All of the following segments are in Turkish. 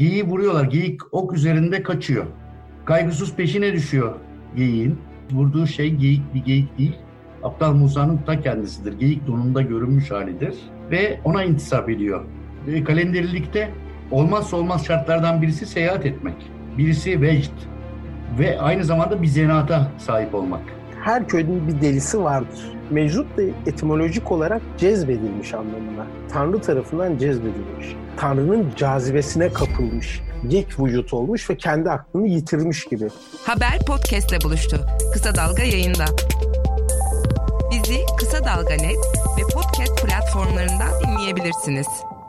Geyiği vuruyorlar. Geyik ok üzerinde kaçıyor. Kaygısız peşine düşüyor geyiğin. Vurduğu şey geyik bir geyik değil. Aptal Musa'nın ta kendisidir. Geyik donunda görünmüş halidir. Ve ona intisap ediyor. Kalenderilikte olmazsa olmaz şartlardan birisi seyahat etmek. Birisi vecd. Ve aynı zamanda bir zanaata sahip olmak. Her köyün bir delisi vardır. Mecnun da etimolojik olarak cezbedilmiş anlamına. Tanrı tarafından cezbedilmiş. Tanrı'nın cazibesine kapılmış. Yek vücut olmuş ve kendi aklını yitirmiş gibi. Haber podcast'le buluştu. Kısa Dalga yayında. Bizi Kısa Dalga Net ve podcast platformlarından dinleyebilirsiniz.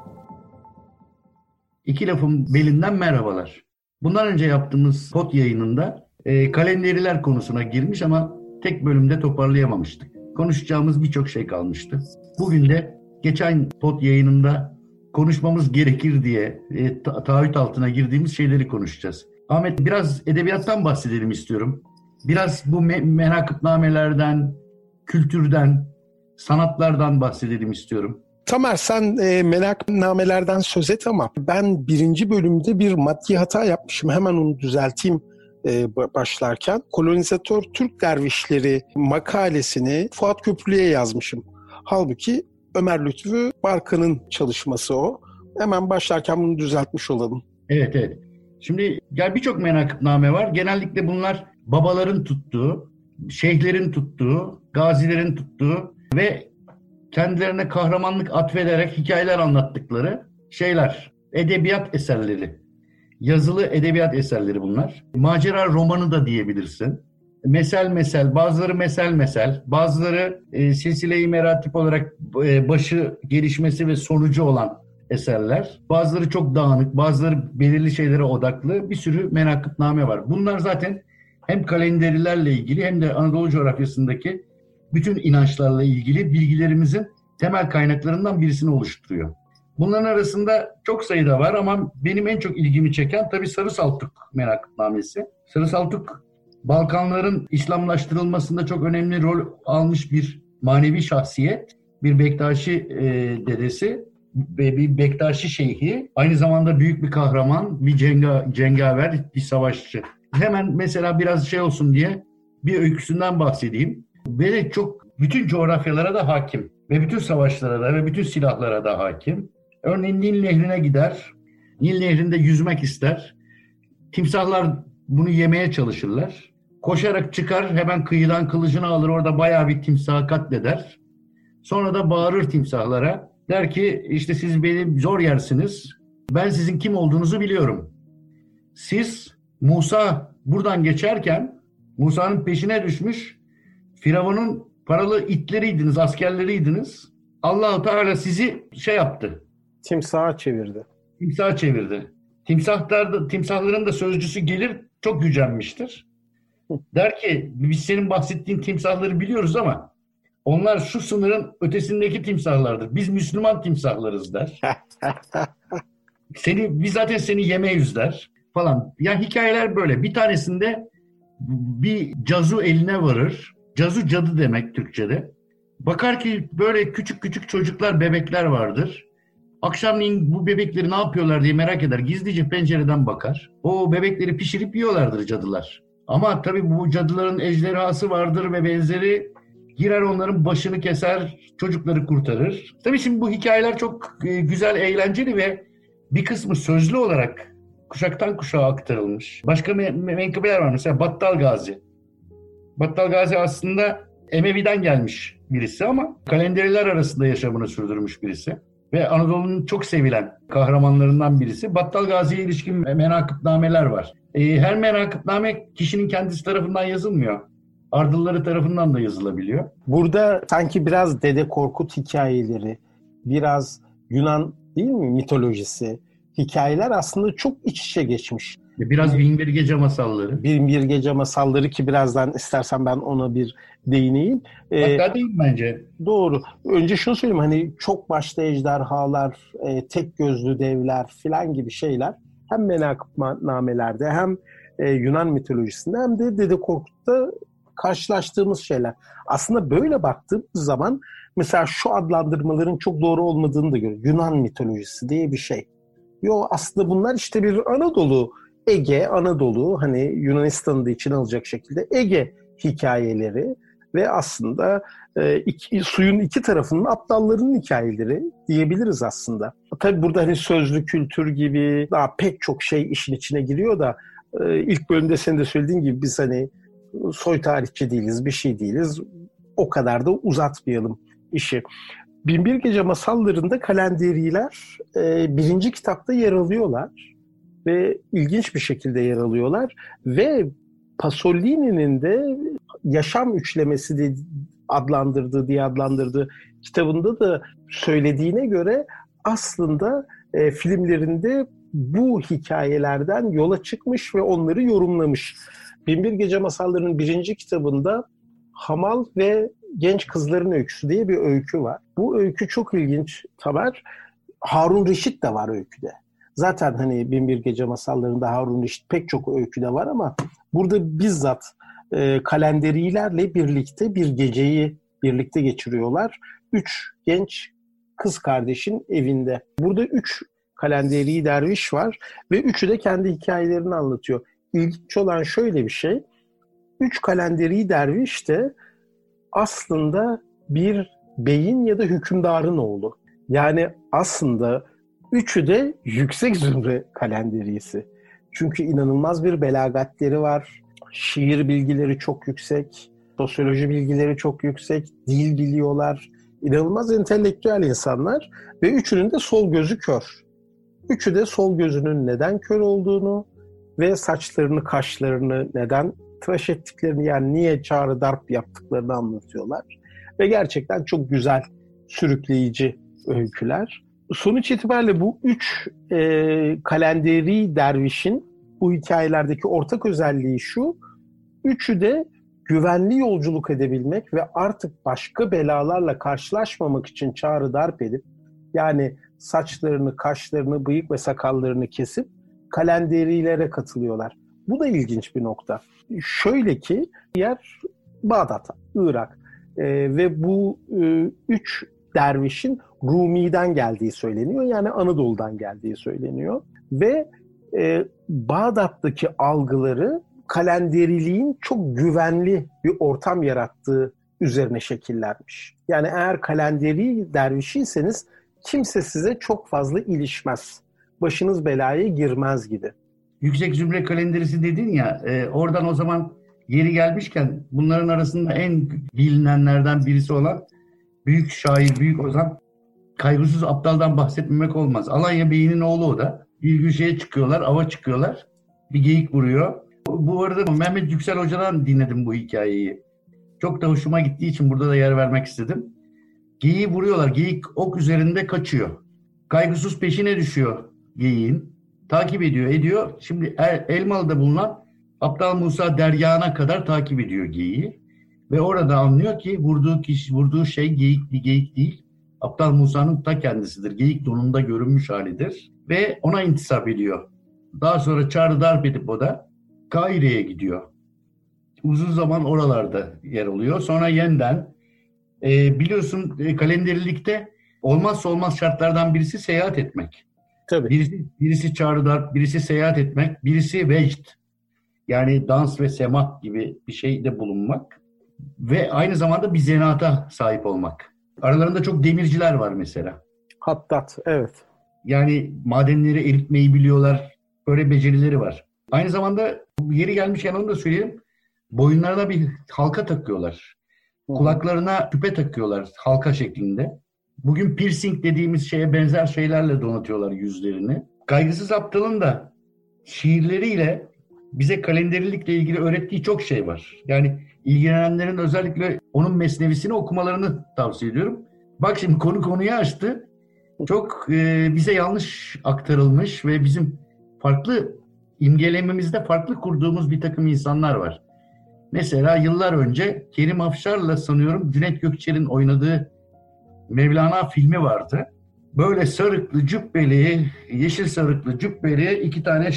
İki lafın belinden merhabalar. Bundan önce yaptığımız pod yayınında kalenderiler konusuna girmiş ama tek bölümde toparlayamamıştık. Konuşacağımız birçok şey kalmıştı. Bugün de geçen pod yayınında konuşmamız gerekir diye taahhüt altına girdiğimiz şeyleri konuşacağız. Ahmet, biraz edebiyattan bahsedelim istiyorum. Biraz bu menakıbnamelerden, kültürden, sanatlardan bahsedelim istiyorum. Tamer, sen menakıbnamelerden söz et ama ben 1. bölümde bir maddi hata yapmışım. Hemen onu düzelteyim başlarken. Kolonizatör Türk Dervişleri makalesini Fuat Köprülü'ye yazmışım. Halbuki Ömer Lütfü Barkan'ın çalışması o. Hemen başlarken bunu düzeltmiş olalım. Evet. Şimdi birçok menakıbname var. Genellikle bunlar babaların tuttuğu, şeyhlerin tuttuğu, gazilerin tuttuğu ve kendilerine kahramanlık atfederek hikayeler anlattıkları şeyler. Edebiyat eserleri. Yazılı edebiyat eserleri bunlar. Macera romanı da diyebilirsin. Mesel, bazıları mesel, bazıları silsile-i meratip olarak başı, gelişmesi ve sonucu olan eserler. Bazıları çok dağınık, bazıları belirli şeylere odaklı bir sürü menakıbname var. Bunlar zaten hem kalenderilerle ilgili hem de Anadolu coğrafyasındaki bütün inançlarla ilgili bilgilerimizin temel kaynaklarından birisini oluşturuyor. Bunların arasında çok sayıda var ama benim en çok ilgimi çeken tabii Sarı Saltuk menakıbnamesi. Sarı Saltuk, Balkanların İslamlaştırılmasında çok önemli rol almış bir manevi şahsiyet, bir Bektaşi dedesi ve bir Bektaşi şeyhi, aynı zamanda büyük bir kahraman, bir cengaver, bir savaşçı. Hemen mesela biraz şey olsun diye bir öyküsünden bahsedeyim. Ve çok bütün coğrafyalara da hakim ve bütün savaşlara da ve bütün silahlara da hakim. Örneğin Nil Nehri'ne gider, Nil Nehri'nde yüzmek ister. Timsahlar bunu yemeye çalışırlar. Koşarak çıkar, hemen kıyıdan kılıcını alır, orada bayağı bir timsahı katleder. Sonra da bağırır timsahlara. Der ki işte siz beni zor yersiniz, ben sizin kim olduğunuzu biliyorum. Siz Musa buradan geçerken Musa'nın peşine düşmüş Firavun'un paralı itleriydiniz, askerleriydiniz. Allah-u Teala sizi yaptı. Timsaha çevirdi. Timsahların da sözcüsü gelir, çok gücenmiştir. Der ki biz senin bahsettiğin timsahları biliyoruz ama onlar şu sınırın ötesindeki timsahlardır. Biz Müslüman timsahlarız der. Biz zaten seni yemeyiz der falan. Yani hikayeler böyle. Bir tanesinde bir cazu eline varır. Cazu cadı demek Türkçe'de. Bakar ki böyle küçük küçük çocuklar, bebekler vardır. Akşamleyin bu bebekleri ne yapıyorlar diye merak eder. Gizlice pencereden bakar. O bebekleri pişirip yiyorlardır cadılar. Ama tabii bu cadıların ejderhası vardır ve benzeri, girer onların başını keser, çocukları kurtarır. Tabii şimdi bu hikayeler çok güzel, eğlenceli ve bir kısmı sözlü olarak kuşaktan kuşağa aktarılmış. Başka menkıbeler var. Mesela Battal Gazi. Battal Gazi aslında Emevi'den gelmiş birisi ama kalenderiler arasında yaşamını sürdürmüş birisi. Ve Anadolu'nun çok sevilen kahramanlarından birisi. Battal Gazi'ye ilişkin menakıbnameler var. Her menakıbname kişinin kendisi tarafından yazılmıyor. Ardılları tarafından da yazılabiliyor. Burada sanki biraz Dede Korkut hikayeleri, biraz Yunan değil mi mitolojisi, hikayeler aslında çok iç içe geçmiş. Biraz Binbir Gece masalları. Binbir Gece masalları ki birazdan istersen ben ona bir değineyim. Hatta değil bence. Doğru. Önce şunu söyleyeyim, hani çok başlı ejderhalar, tek gözlü devler filan gibi şeyler hem menakıbnamelerde hem Yunan mitolojisinde hem de Dede Korkut'ta karşılaştığımız şeyler. Aslında böyle baktığımız zaman mesela şu adlandırmaların çok doğru olmadığını da görüyoruz. Yunan mitolojisi diye bir şey. Yo, aslında bunlar işte bir Anadolu, Ege, Anadolu, hani Yunanistan'ı da içine alacak şekilde Ege hikayeleri ve aslında suyun iki tarafının aptallarının hikayeleri diyebiliriz aslında. Tabii burada hani sözlü kültür gibi daha pek çok şey işin içine giriyor da ilk bölümde senin de söylediğin gibi biz hani soy tarihçi değiliz, bir şey değiliz. O kadar da uzatmayalım işi. Binbir Gece masallarında kalenderiler birinci kitapta yer alıyorlar ve ilginç bir şekilde yer alıyorlar ve Pasolini'nin de yaşam üçlemesi diye adlandırdığı kitabında da söylediğine göre aslında filmlerinde bu hikayelerden yola çıkmış ve onları yorumlamış. Binbir Gece masallarının birinci kitabında Hamal ve Genç Kızların Öyküsü diye bir öykü var. Bu öykü çok ilginç Tamer. Harun Reşit de var öyküde. Zaten hani Binbir Gece masallarında Harun Reşit pek çok öyküde var ama burada bizzat kalenderilerle birlikte bir geceyi birlikte geçiriyorlar. 3 genç kız kardeşin evinde. Burada 3 kalenderi derviş var ve üçü de kendi hikayelerini anlatıyor. İlginç olan şöyle bir şey. 3 kalenderi derviş de aslında bir beyin ya da hükümdarın oğlu. Yani aslında üçü de yüksek zümre kalenderisi. Çünkü inanılmaz bir belagatleri var. Şiir bilgileri çok yüksek. Sosyoloji bilgileri çok yüksek. Dil biliyorlar. İnanılmaz entelektüel insanlar. Ve üçünün de sol gözü kör. Üçü de sol gözünün neden kör olduğunu ve saçlarını, kaşlarını neden tıraş ettiklerini, yani niye çağrı darp yaptıklarını anlatıyorlar. Ve gerçekten çok güzel, sürükleyici öyküler. Sonuç itibariyle bu 3 kalenderi dervişin bu hikayelerdeki ortak özelliği şu: üçü de güvenli yolculuk edebilmek ve artık başka belalarla karşılaşmamak için çağrı darp edip, yani saçlarını, kaşlarını, bıyık ve sakallarını kesip kalenderilere katılıyorlar. Bu da ilginç bir nokta. Şöyle ki yer Bağdat, Irak ve bu 3 dervişin Rumi'den geldiği söyleniyor. Yani Anadolu'dan geldiği söyleniyor. Ve Bağdat'taki algıları kalenderiliğin çok güvenli bir ortam yarattığı üzerine şekillenmiş. Yani eğer kalenderi dervişiyseniz kimse size çok fazla ilişmez. Başınız belaya girmez gibi. Yüksek zümre kalenderisi dedin ya, oradan o zaman yeri gelmişken bunların arasında en bilinenlerden birisi olan büyük şair, büyük ozan Kaygısız Aptal'dan bahsetmemek olmaz. Alanya Bey'inin oğlu o da. Bir gün şeye çıkıyorlar, ava çıkıyorlar. Bir geyik vuruyor. Bu arada Mehmet Yüksel Hoca'dan dinledim bu hikayeyi. Çok da hoşuma gittiği için burada da yer vermek istedim. Geyiği vuruyorlar. Geyik ok üzerinde kaçıyor. Kaygısız peşine düşüyor geyiğin. Takip ediyor. Şimdi Elmalı'da bulunan Aptal Musa deryağına kadar takip ediyor geyiği. Ve orada anlıyor ki vurduğu şey geyik, bir geyik değil. Aptal Musa'nın ta kendisidir. Geyik donunda görünmüş halidir. Ve ona intisap ediyor. Daha sonra çağrı darp edip o da Kahire'ye gidiyor. Uzun zaman oralarda yer alıyor. Sonra yeniden biliyorsun kalenderilikte olmazsa olmaz şartlardan birisi seyahat etmek. Tabii. Birisi çağrı darp, birisi seyahat etmek, birisi vecd. Yani dans ve semah gibi bir şeyde bulunmak. Ve aynı zamanda bir zanaata sahip olmak. Aralarında çok demirciler var mesela. Hattat, evet. Yani madenleri eritmeyi biliyorlar. Böyle becerileri var. Aynı zamanda yeri gelmişken onu da söyleyeyim. Boyunlarına bir halka takıyorlar. Kulaklarına küpe takıyorlar halka şeklinde. Bugün piercing dediğimiz şeye benzer şeylerle donatıyorlar yüzlerini. Kaygısız Aptal'ın da şiirleriyle bize kalenderilikle ilgili öğrettiği çok şey var. Yani ilgilenenlerin özellikle onun mesnevisini okumalarını tavsiye ediyorum. Bak şimdi konuyu açtı. Çok bize yanlış aktarılmış ve bizim farklı imgelememizde farklı kurduğumuz bir takım insanlar var. Mesela yıllar önce Kerim Afşar'la sanıyorum Cüneyt Gökçer'in oynadığı Mevlana filmi vardı. Böyle sarıklı cübbeli, yeşil sarıklı cübbeli iki tane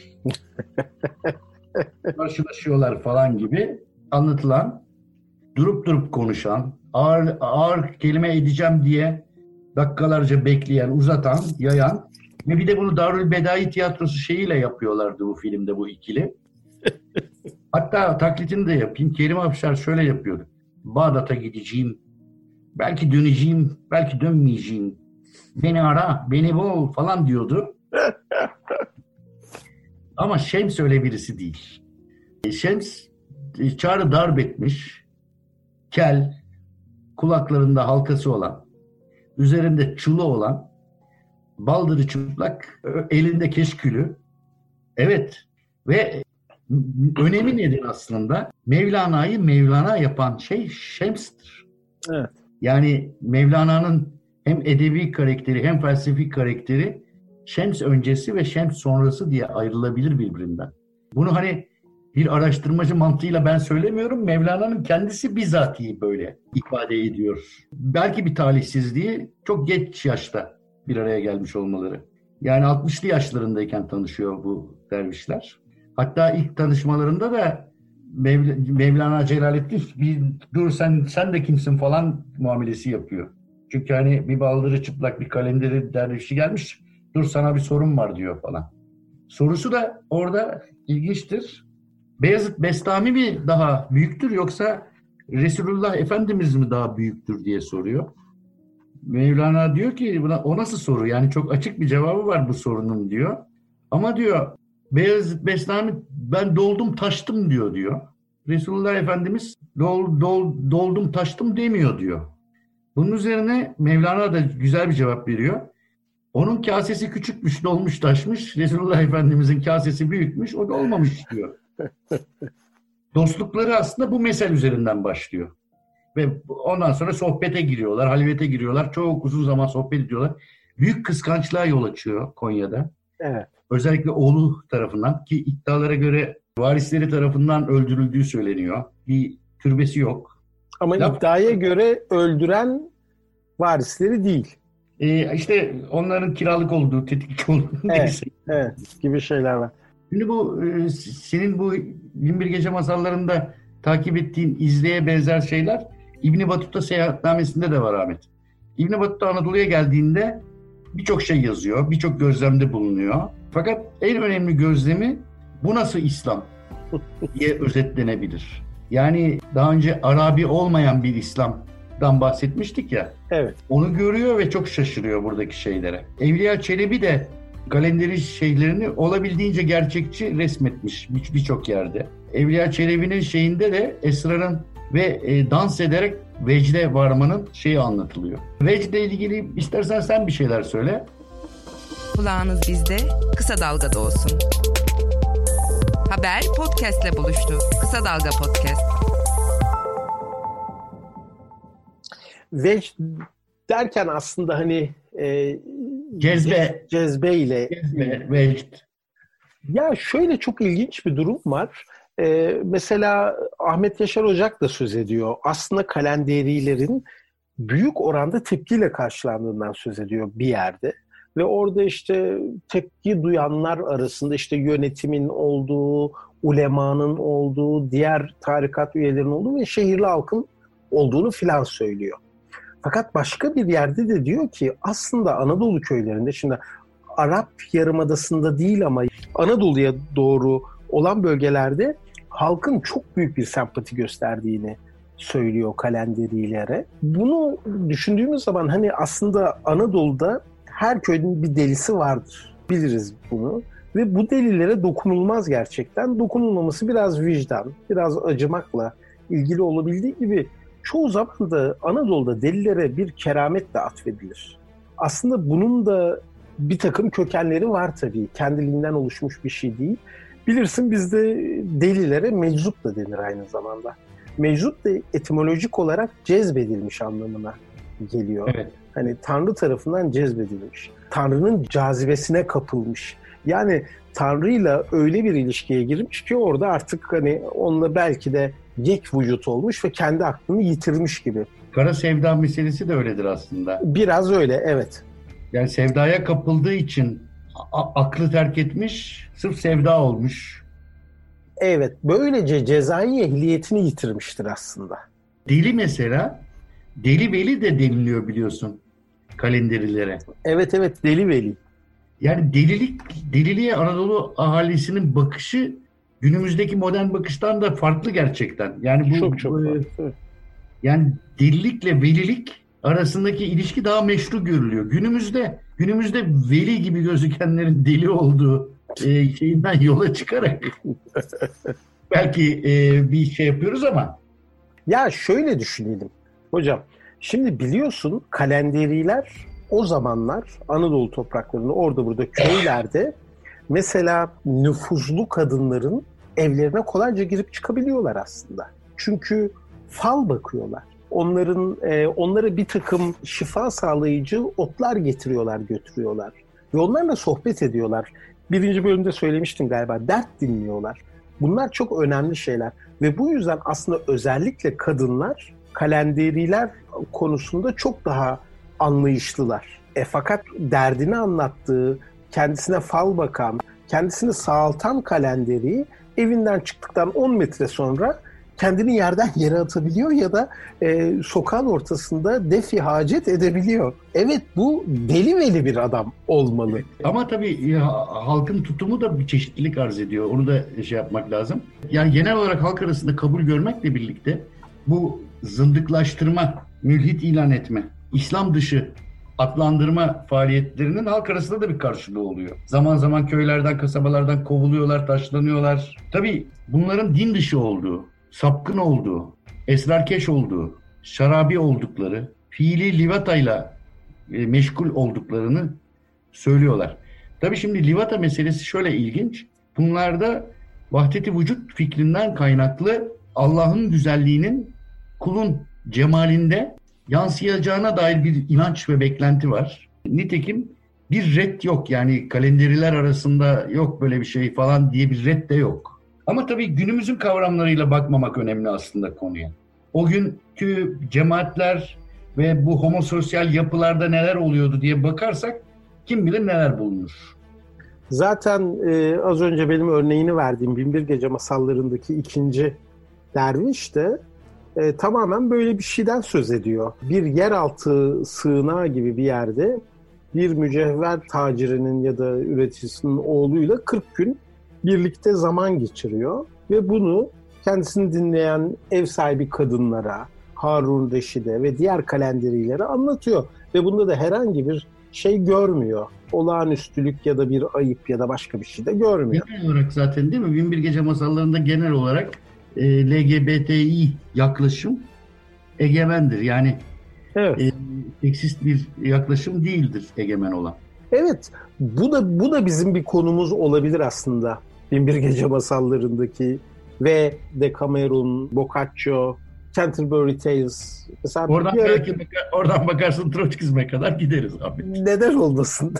karşılaşıyorlar falan gibi anlatılan, durup konuşan, ağır kelime edeceğim diye dakikalarca bekleyen, uzatan, yayan Ve bir de bunu Darül Bedai tiyatrosu şeyiyle yapıyorlardı bu filmde, bu ikili. Hatta taklitini de yapayım. Kerim Afşar şöyle yapıyordu. Bağdat'a gideceğim. Belki döneceğim, belki dönmeyeceğim. Beni ara, beni bul falan diyordu. Ama Şems öyle birisi değil. Şems Çağrı darp etmiş. Kel, kulaklarında halkası olan, üzerinde çulu olan, baldırı çıplak, elinde keşkülü. Evet. Ve önemi nedir aslında? Mevlana'yı Mevlana yapan şey Şems'tir. Evet. Yani Mevlana'nın hem edebi karakteri hem felsefi karakteri Şems öncesi ve Şems sonrası diye ayrılabilir birbirinden. Bunu hani bir araştırmacı mantığıyla ben söylemiyorum. Mevlana'nın kendisi bizatihi böyle ifade ediyor. Belki bir talihsizliği, çok geç yaşta bir araya gelmiş olmaları. Yani 60'lı yaşlarındayken tanışıyor bu dervişler. Hatta ilk tanışmalarında da Mevlana Celaleddin bir dur sen de kimsin falan muamelesi yapıyor. Çünkü hani bir baldırı çıplak bir kalenderi dervişi gelmiş. Dur sana bir sorum var diyor falan. Sorusu da orada ilginçtir. Beyazıt Bestami mi daha büyüktür yoksa Resulullah Efendimiz mi daha büyüktür diye soruyor. Mevlana diyor ki o nasıl soru? Yani çok açık bir cevabı var bu sorunun diyor. Ama diyor Beyazıt Bestami ben doldum taştım diyor. Resulullah Efendimiz doldum taştım demiyor diyor. Bunun üzerine Mevlana da güzel bir cevap veriyor. Onun kasesi küçükmüş, dolmuş taşmış. Resulullah Efendimizin kasesi büyükmüş, o da olmamış diyor. Dostlukları aslında bu mesel üzerinden başlıyor. Ve ondan sonra sohbete giriyorlar, halvete giriyorlar. Çok uzun zaman sohbet ediyorlar. Büyük kıskançlığa yol açıyor Konya'da. Evet. Özellikle oğlu tarafından, ki iddialara göre varisleri tarafından öldürüldüğü söyleniyor. Bir türbesi yok. Ama iddiaya göre öldüren varisleri değil. İşte onların kiralık olduğu, tetiklik olduğu evet, evet gibi şeyler var. Şimdi bu senin bu 21 Gece Masallarında takip ettiğin izleye benzer şeyler İbn Battuta Seyahatnamesi'nde de var Ahmet. İbn Battuta Anadolu'ya geldiğinde birçok şey yazıyor, birçok gözlemde bulunuyor. Fakat en önemli gözlemi bu nasıl İslam diye özetlenebilir. Yani daha önce Arabi olmayan bir İslam'dan bahsetmiştik ya. Evet. Onu görüyor ve çok şaşırıyor buradaki şeylere. Evliya Çelebi de kalenderi şeylerini olabildiğince gerçekçi resmetmiş birçok yerde. Evliya Çelebi'nin şeyinde de esrarın ve dans ederek vecde varmanın şeyi anlatılıyor. Vecde ilgili istersen sen bir şeyler söyle. Kulağınız bizde, Kısa Dalga'da olsun. Haber podcast'le buluştu. Kısa Dalga Podcast. Vecd derken aslında hani cezbe vecd. Ya şöyle çok ilginç bir durum var. Mesela Ahmet Yaşar Ocak da söz ediyor. Aslında kalenderilerin büyük oranda tepkiyle karşılandığından söz ediyor bir yerde. Ve orada işte tepki duyanlar arasında işte yönetimin olduğu, ulemanın olduğu, diğer tarikat üyelerinin olduğu ve şehirli halkın olduğunu filan söylüyor. Fakat başka bir yerde de diyor ki aslında Anadolu köylerinde, şimdi Arap Yarımadası'nda değil ama Anadolu'ya doğru olan bölgelerde halkın çok büyük bir sempati gösterdiğini söylüyor kalenderilere. Bunu düşündüğümüz zaman hani aslında Anadolu'da her köyün bir delisi vardır. Biliriz bunu. Ve bu delilere dokunulmaz gerçekten. Dokunulmaması biraz vicdan, biraz acımakla ilgili olabildiği gibi çoğu zaman da Anadolu'da delilere bir keramet de atfedilir. Aslında bunun da bir takım kökenleri var tabii. Kendiliğinden oluşmuş bir şey değil. Bilirsin bizde delilere meczup da denir aynı zamanda. Meczup da etimolojik olarak cezbedilmiş anlamına geliyor. Evet. Hani Tanrı tarafından cezbedilmiş. Tanrı'nın cazibesine kapılmış. Yani Tanrı'yla öyle bir ilişkiye girmiş ki orada artık hani onunla belki de yek vücut olmuş ve kendi aklını yitirmiş gibi. Kara sevda meselesi de öyledir aslında. Biraz öyle, evet. Yani sevdaya kapıldığı için aklı terk etmiş, sırf sevda olmuş. Evet, böylece cezai ehliyetini yitirmiştir aslında. Deli mesela, Deli Veli de deniliyor biliyorsun kalenderilere. Evet, Deli Veli. Yani deliliğe Anadolu ahalisinin bakışı günümüzdeki modern bakıştan da farklı gerçekten. Yani bu Çok farklı. Yani delilikle velilik arasındaki ilişki daha meşru görülüyor. Günümüzde veli gibi gözükenlerin deli olduğu şeyinden yola çıkarak belki bir şey yapıyoruz ama. Ya şöyle düşünelim hocam. Şimdi biliyorsun kalenderiler o zamanlar Anadolu topraklarında orada burada köylerde mesela nüfuzlu kadınların evlerine kolayca girip çıkabiliyorlar aslında. Çünkü fal bakıyorlar. Onlara bir takım şifa sağlayıcı otlar getiriyorlar, götürüyorlar. Ve onlarla sohbet ediyorlar. Birinci bölümde söylemiştim galiba, dert dinliyorlar. Bunlar çok önemli şeyler. Ve bu yüzden aslında özellikle kadınlar kalenderiler konusunda çok daha anlayışlılar. Fakat derdini anlattığı, kendisine fal bakan, kendisini sağaltan kalenderi evinden çıktıktan 10 metre sonra kendini yerden yere atabiliyor ya da sokağın ortasında defi hacet edebiliyor. Evet, bu deli veli bir adam olmalı. Ama tabii halkın tutumu da bir çeşitlilik arz ediyor. Onu da şey yapmak lazım. Yani genel olarak halk arasında kabul görmekle birlikte bu zındıklaştırma, mülhit ilan etme, İslam dışı adlandırma faaliyetlerinin halk arasında da bir karşılığı oluyor. Zaman zaman köylerden, kasabalardan kovuluyorlar, taşlanıyorlar. Tabii bunların din dışı olduğu, sapkın olduğu, esrarkeş olduğu, şarabi oldukları, fiili livatayla meşgul olduklarını söylüyorlar. Tabii şimdi livata meselesi şöyle ilginç. Bunlarda vahdet-i vücut fikrinden kaynaklı Allah'ın güzelliğinin kulun cemalinde yansıyacağına dair bir inanç ve beklenti var. Nitekim bir red yok, yani kalenderiler arasında yok böyle bir şey falan diye bir red de yok. Ama tabii günümüzün kavramlarıyla bakmamak önemli aslında konuya. O günkü cemaatler ve bu homososyal yapılarda neler oluyordu diye bakarsak kim bilir neler bulunur. Zaten az önce benim örneğini verdiğim Binbir Gece Masallarındaki ikinci derviş de tamamen böyle bir şeyden söz ediyor. Bir yeraltı sığınağı gibi bir yerde bir mücevher tacirinin ya da üreticisinin oğluyla 40 gün birlikte zaman geçiriyor ve bunu kendisini dinleyen ev sahibi kadınlara, Harun Reşid'e ve diğer kalenderilere anlatıyor. Ve bunda da herhangi bir şey görmüyor. Olağanüstülük ya da bir ayıp ya da başka bir şey de görmüyor. Genel olarak zaten değil mi? Binbir Gece Masallarında genel olarak LGBTİ yaklaşım egemendir. Yani evet. Seksist bir yaklaşım değildir egemen olan. Evet, bu da bizim bir konumuz olabilir aslında. Binbir Gece Masallarındaki ve Decameron, Boccaccio, Canterbury Tales. Mesela oradan bakarsın Troçkizm'e kadar gideriz abi. Neden olmasın?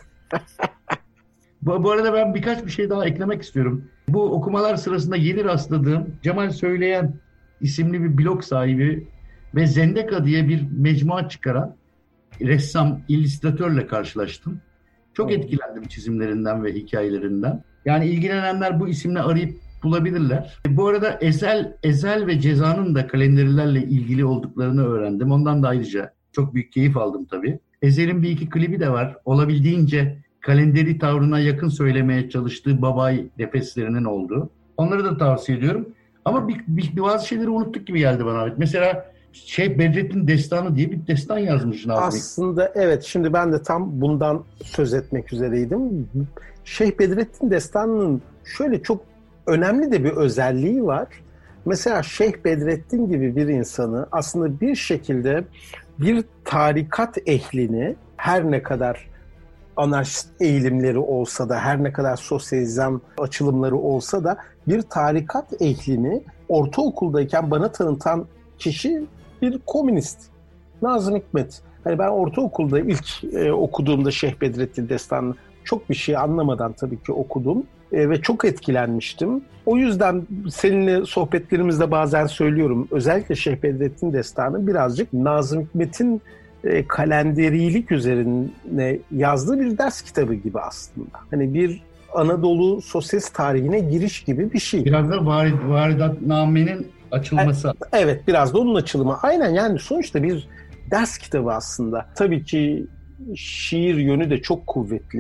Bu arada ben birkaç bir şey daha eklemek istiyorum. Bu okumalar sırasında yeni rastladığım Cemal Söyleyen isimli bir blog sahibi ve Zendeka diye bir mecmua çıkaran ressam, illüstratörle karşılaştım. Çok etkilendim çizimlerinden ve hikayelerinden. Yani ilgilenenler bu isimle arayıp bulabilirler. Bu arada Ezel ve Ceza'nın da kalenderilerle ilgili olduklarını öğrendim. Ondan da ayrıca çok büyük keyif aldım tabii. Ezel'in bir iki klibi de var. Olabildiğince kalenderi tavrına yakın söylemeye çalıştığı babay nefeslerinin olduğu. Onları da tavsiye ediyorum. Ama bazı şeyleri unuttuk gibi geldi bana. Mesela Bedrettin Destanı diye bir destan yazmış Nazım. Aslında evet, şimdi ben de tam bundan söz etmek üzereydim. Şeyh Bedrettin Destanı'nın şöyle çok önemli de bir özelliği var. Mesela Şeyh Bedrettin gibi bir insanı aslında bir şekilde bir tarikat ehlini, her ne kadar anarşist eğilimleri olsa da, her ne kadar sosyalizm açılımları olsa da bir tarikat ehlini ortaokuldayken bana tanıtan kişi bir komünist. Nazım Hikmet. Hani ben ortaokulda ilk okuduğumda Şeyh Bedrettin Destanı'nı çok bir şey anlamadan tabii ki okudum ve çok etkilenmiştim. O yüzden seninle sohbetlerimizde bazen söylüyorum. Özellikle Şeyh Bedrettin Destanı birazcık Nazım Hikmet'in kalenderilik üzerine yazdığı bir ders kitabı gibi aslında. Hani bir Anadolu sosyalist tarihine giriş gibi bir şey. Biraz da varidatnamenin açılması. Evet, biraz da onun açılımı. Aynen, yani sonuçta bir ders kitabı aslında. Tabii ki şiir yönü de çok kuvvetli.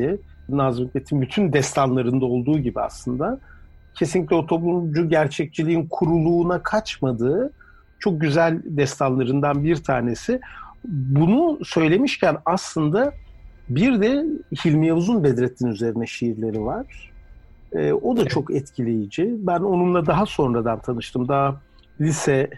Nazım Hikmet'in bütün destanlarında olduğu gibi aslında kesinlikle o toplumcu gerçekçiliğin kuruluğuna kaçmadığı çok güzel destanlarından bir tanesi. Bunu söylemişken aslında bir de Hilmi Yavuz'un Bedrettin üzerine şiirleri var. O da çok etkileyici. Ben onunla daha sonradan tanıştım. Daha lise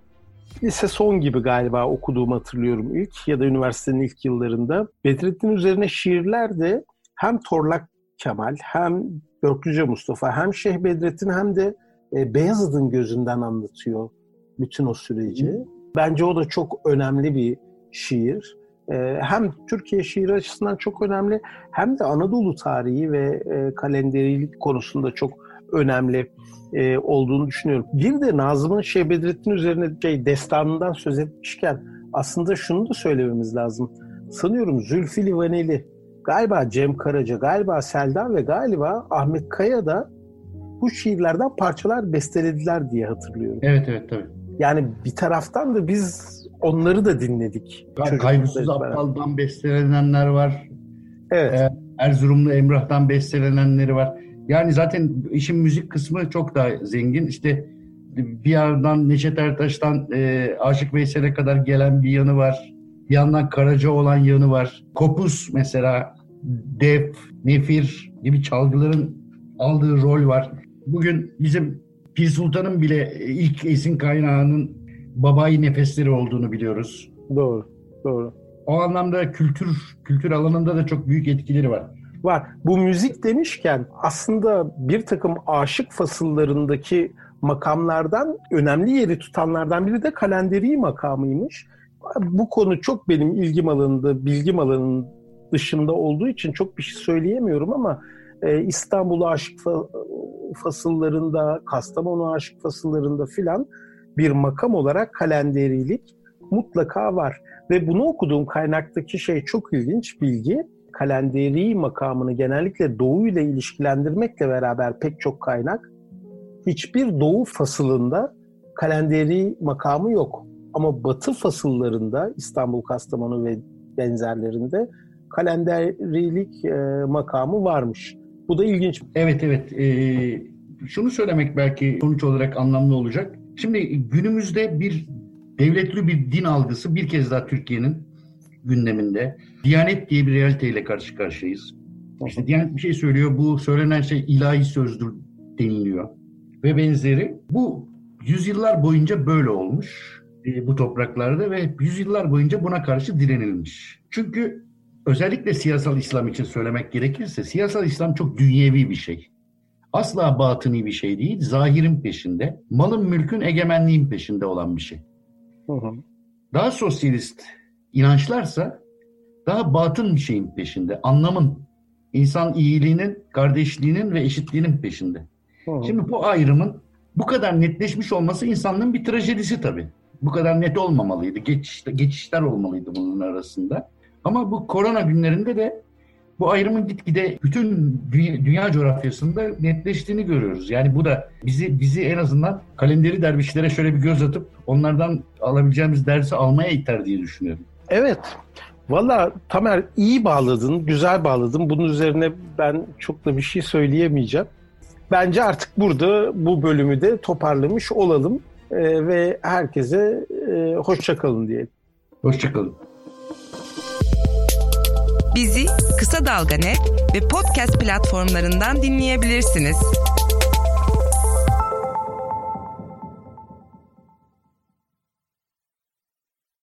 son gibi galiba okuduğumu hatırlıyorum ilk ya da üniversitenin ilk yıllarında. Bedrettin üzerine şiirler de hem Torlak Kemal hem Börklüce Mustafa hem Şeyh Bedrettin hem de Beyazıt'ın gözünden anlatıyor bütün o süreci. Bence o da çok önemli bir şiir. Hem Türkiye şiiri açısından çok önemli hem de Anadolu tarihi ve kalenderilik konusunda çok önemli olduğunu düşünüyorum. Bir de Nazım'ın Şeyh Bedrettin üzerine destanından söz etmişken aslında şunu da söylememiz lazım. Sanıyorum Zülfü Livaneli, galiba Cem Karaca, galiba Selda ve galiba Ahmet Kaya da bu şiirlerden parçalar bestelediler diye hatırlıyorum. Evet tabii. Yani bir taraftan da biz onları da dinledik. Kaygısız Aptal'dan bestelenenler var. Evet. Erzurumlu Emrah'tan bestelenenleri var. Yani zaten işin müzik kısmı çok daha zengin. İşte bir yandan Neşet Ertaş'tan Aşık Veysel'e kadar gelen bir yanı var. Bir yandan Karaca olan yanı var. Kopuz mesela, def, nefir gibi çalgıların aldığı rol var. Bugün bizim Pir Sultan'ın bile ilk esin kaynağının Babai nefesleri olduğunu biliyoruz. Doğru. O anlamda kültür alanında da çok büyük etkileri var. Var. Bu müzik demişken aslında bir takım aşık fasıllarındaki makamlardan önemli yeri tutanlardan biri de kalenderi makamıymış. Bu konu çok benim ilgim alanının dışında olduğu için çok bir şey söyleyemiyorum ama İstanbul aşık fasıllarında, Kastamonu aşık fasıllarında filan bir makam olarak kalenderilik mutlaka var. Ve bunu okuduğum kaynaktaki şey çok ilginç bilgi. Kalenderi makamını genellikle Doğu ile ilişkilendirmekle beraber pek çok kaynak hiçbir Doğu fasılında kalenderi makamı yok. Ama Batı fasıllarında İstanbul, Kastamonu ve benzerlerinde kalenderilik makamı varmış. Bu da ilginç. Evet. Şunu söylemek belki sonuç olarak anlamlı olacak. Şimdi günümüzde bir devletli bir din algısı bir kez daha Türkiye'nin gündeminde. Diyanet diye bir realiteyle karşı karşıyayız. İşte Diyanet bir şey söylüyor, bu söylenen şey ilahi sözdür deniliyor ve benzeri. Bu yüzyıllar boyunca böyle olmuş bu topraklarda ve yüzyıllar boyunca buna karşı direnilmiş. Çünkü özellikle siyasal İslam için söylemek gerekirse siyasal İslam çok dünyevi bir şey. Asla batıni bir şey değil, zahirin peşinde, malın mülkün egemenliğin peşinde olan bir şey. Daha sosyalist inançlarsa daha batın bir şeyin peşinde, anlamın, insan iyiliğinin, kardeşliğinin ve eşitliğinin peşinde. Şimdi bu ayrımın bu kadar netleşmiş olması insanlığın bir trajedisi tabii. Bu kadar net olmamalıydı, geçişler olmalıydı bunun arasında. Ama bu korona günlerinde de bu ayrımın gitgide bütün dünya coğrafyasında netleştiğini görüyoruz. Yani bu da bizi en azından kalenderi dervişlere şöyle bir göz atıp onlardan alabileceğimiz dersi almaya iter diye düşünüyorum. Evet. Valla Tamer iyi bağladın, güzel bağladın. Bunun üzerine ben çok da bir şey söyleyemeyeceğim. Bence artık burada bu bölümü de toparlamış olalım ve herkese hoşça kalın diyelim. Hoşça kalın. Bizi Kısa Dalga Net ve podcast platformlarından dinleyebilirsiniz.